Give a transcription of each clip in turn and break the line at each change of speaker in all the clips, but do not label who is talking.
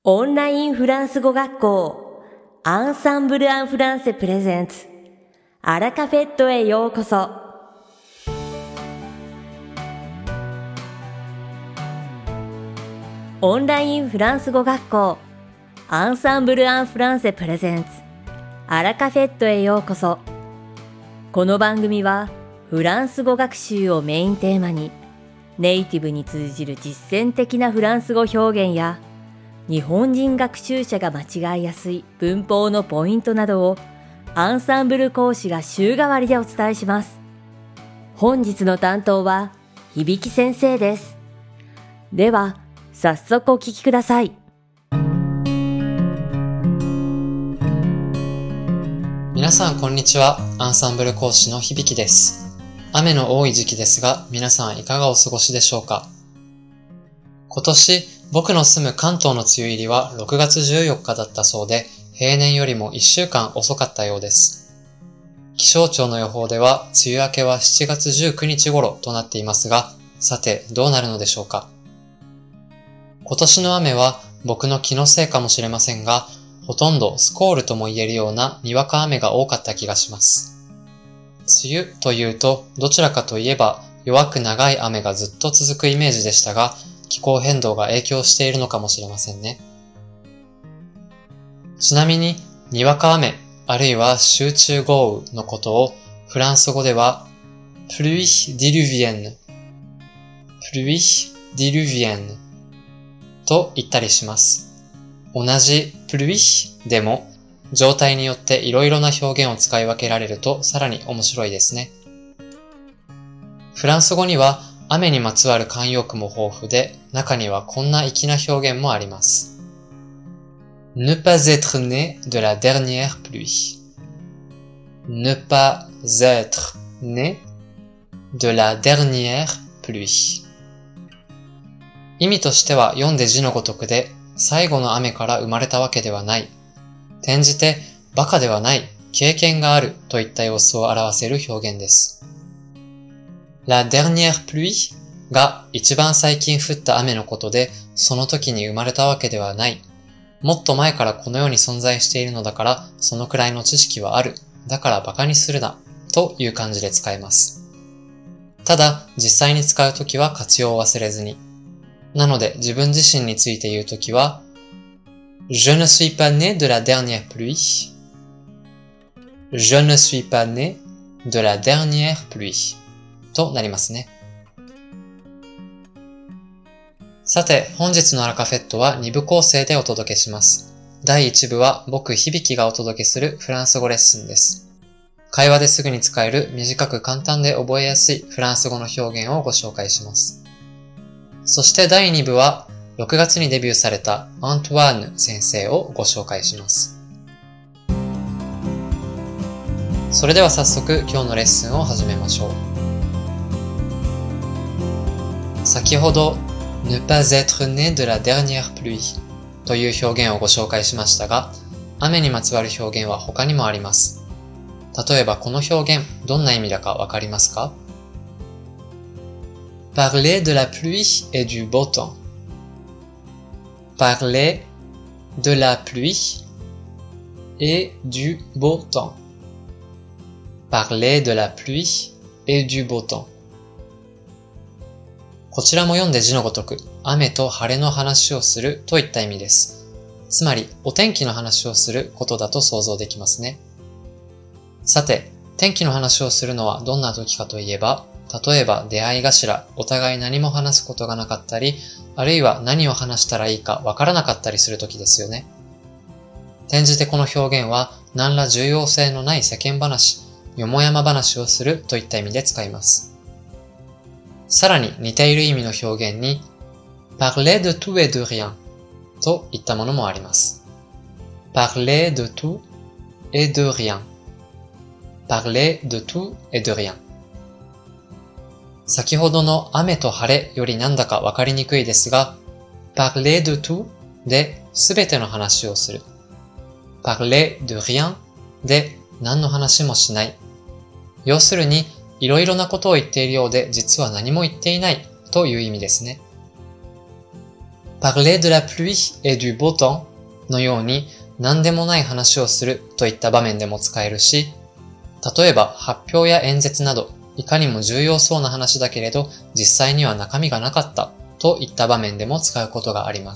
オンラインフランス語学校アンサンブル・アン・フランセプレゼンツアラカフェットへようこそ。オンラインフランス語学校アンサンブル・アン・フランセプレゼンツアラカフェットへようこそ。この番組はフランス語学習をメインテーマにネイティブに通じる実践的なフランス語表現や日本人学習者が間違いやすい文法のポイントなどをアンサンブル講師が週替わりでお伝えします。本日の担当は響先生です。では早速お聞きください。
皆さんこんにちは。アンサンブル講師の響です。雨の多い時期ですが、皆さんいかがお過ごしでしょうか。今年僕の住む関東の梅雨入りは6月14日だったそうで、平年よりも1週間遅かったようです。気象庁の予報では梅雨明けは7月19日頃となっていますが、さてどうなるのでしょうか。今年の雨は僕の気のせいかもしれませんが、ほとんどスコールとも言えるようなにわか雨が多かった気がします。梅雨というとどちらかといえば弱く長い雨がずっと続くイメージでしたが、気候変動が影響しているのかもしれませんね。ちなみに、にわか雨、あるいは集中豪雨のことをフランス語ではpluie diluvienne と言ったりします。同じpluieでも状態によっていろいろな表現を使い分けられるとさらに面白いですね。フランス語には雨にまつわる慣用句も豊富で、中にはこんな粋な表現もあります。Ne pas être né de la dernière pluie. Ne pas être né de la dernière pluie. 意味としては読んで字のごとくで、最後の雨から生まれたわけではない。転じて、バカではない、経験があるといった様子を表せる表現です。La dernière pluie が一番最近降った雨のことで、その時に生まれたわけではない。もっと前からこの世に存在しているのだから、そのくらいの知識はある。だからバカにするな。という感じで使えます。ただ、実際に使うときは活用を忘れずに。なので、自分自身について言うときは、Je ne suis pas né de la dernière pluie. Je ne suis pas né de la dernière pluie. となりますね。さて、本日のアラカフェットは2部構成でお届けします。第1部は僕響がお届けするフランス語レッスンです。会話ですぐに使える短く簡単で覚えやすいフランス語の表現をご紹介します。そして第2部は6月にデビューされたアントワーヌ先生をご紹介します。それでは早速今日のレッスンを始めましょう。先ほどNe pas être né de la dernière pluie という表現をご紹介しましたが、雨にまつわる表現は他にもあります。例えばこの表現、どんな意味だかわかりますか？ Parler de la pluie et du beau temps. Parler de la pluie et du beau temps. Parler de la pluie et du beau temps.こちらも読んで字のごとく、雨と晴れの話をするといった意味です。つまり、お天気の話をすることだと想像できますね。さて、天気の話をするのはどんな時かといえば、例えば出会い頭、お互い何も話すことがなかったり、あるいは何を話したらいいかわからなかったりする時ですよね。転じてこの表現は、何ら重要性のない世間話、よもやま話をするといった意味で使います。さらに似ている意味の表現に、parler de tout et de rien といったものもあります。parler de tout et de rien. parler de tout et de rien. 先ほどの雨と晴れよりなんだかわかりにくいですが、parler de tout で全ての話をする。parler de rien で何の話もしない。要するに、いろいろなことを言っているようで実は何も言っていないという意味ですね。 parler de la pluie et du beau temps のように何でもない話をするといった場面でも使えるし、例えば発表や演説などいかにも重要そうな話だけれど実際には中身がなかったといった場面でも使うことがあります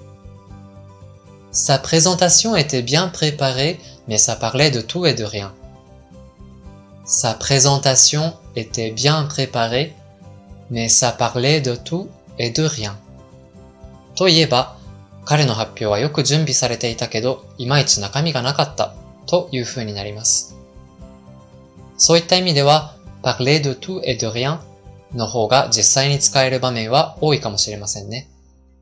。Sa présentation était bien préparée, mais ça parlait de tout et de rien. Sa présentation était bien préparée, mais ça parlait de tout et de rien. といえば、彼の発表はよく準備されていたけど、いまいち中身がなかったという風になります。そういった意味では、parler de tout et de rien の方が実際に使える場面は多いかもしれませんね。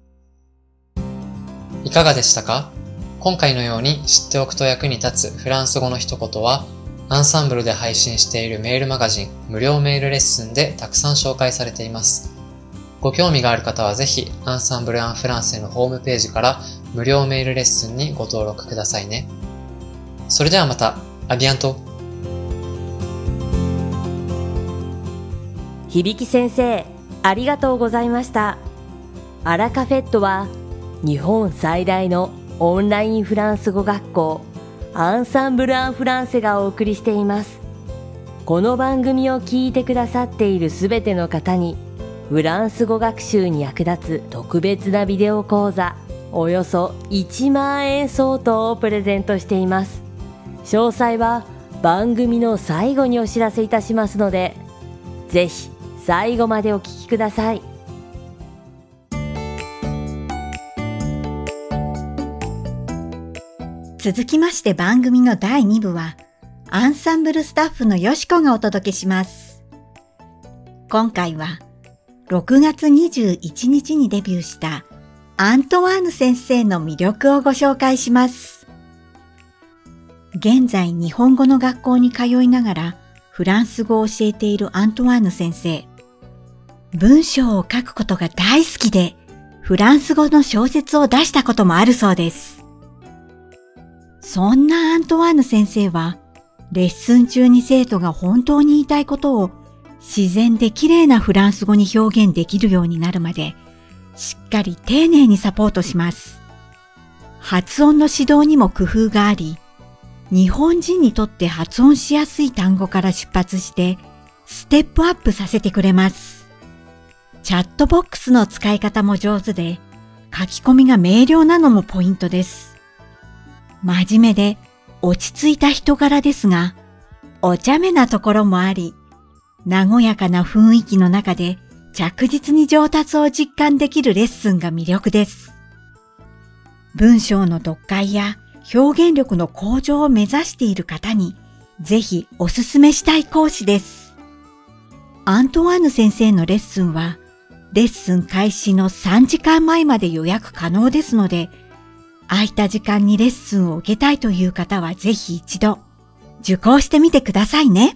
いかがでしたか？今回のように知っておくと役に立つフランス語の一言は、アンサンブルで配信しているメールマガジン無料メールレッスンでたくさん紹介されています。ご興味がある方はぜひアンサンブル・アン・フランセのホームページから無料メールレッスンにご登録くださいね。それではまた、アビアント。
響先生、ありがとうございました。アラカフェットは日本最大のオンラインフランス語学校アンサンブル・アン・フランセがお送りしています。この番組を聞いてくださっているすべての方にフランス語学習に役立つ特別なビデオ講座およそ1万円相当をプレゼントしています。詳細は番組の最後にお知らせいたしますので、ぜひ最後までお聞きください。
続きまして番組の第2部は、アンサンブルスタッフのよしこがお届けします。今回は、6月21日にデビューしたアントワーヌ先生の魅力をご紹介します。現在日本語の学校に通いながらフランス語を教えているアントワーヌ先生。文章を書くことが大好きで、フランス語の小説を出したこともあるそうです。そんなアントワーヌ先生は、レッスン中に生徒が本当に言いたいことを自然で綺麗なフランス語に表現できるようになるまで、しっかり丁寧にサポートします。発音の指導にも工夫があり、日本人にとって発音しやすい単語から出発して、ステップアップさせてくれます。チャットボックスの使い方も上手で、書き込みが明瞭なのもポイントです。真面目で落ち着いた人柄ですが、お茶目なところもあり、和やかな雰囲気の中で着実に上達を実感できるレッスンが魅力です。文章の読解や表現力の向上を目指している方にぜひおすすめしたい講師です。アントワーヌ先生のレッスンはレッスン開始の3時間前まで予約可能ですので、空いた時間にレッスンを受けたいという方はぜひ一度受講してみてくださいね。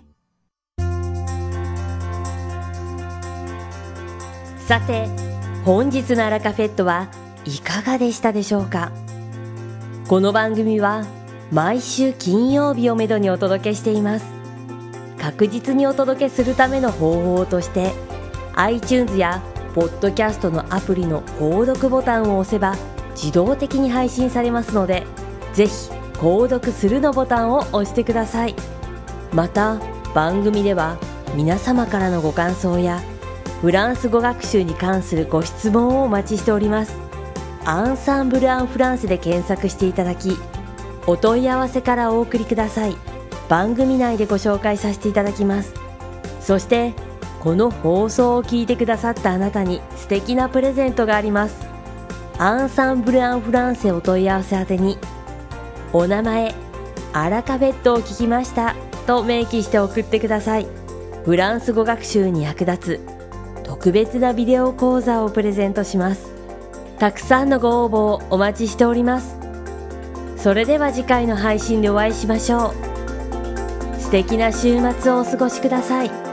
さて、本日のアラカフェットはいかがでしたでしょうか。この番組は毎週金曜日をめどにお届けしています。確実にお届けするための方法として iTunes やポッドキャストのアプリの購読ボタンを押せば自動的に配信されますので、ぜひ購読するのボタンを押してください。また番組では皆様からのご感想やフランス語学習に関するご質問をお待ちしております。アンサンブル・アン・フランセで検索していただき、お問い合わせからお送りください。番組内でご紹介させていただきます。そしてこの放送を聞いてくださったあなたに素敵なプレゼントがあります。アンサンブル・アン・フランセお問い合わせ宛てに、お名前、アラカフェットを聞きましたと明記して送ってください。フランス語学習に役立つ特別なビデオ講座をプレゼントします。たくさんのご応募をお待ちしております。それでは次回の配信でお会いしましょう。素敵な週末をお過ごしください。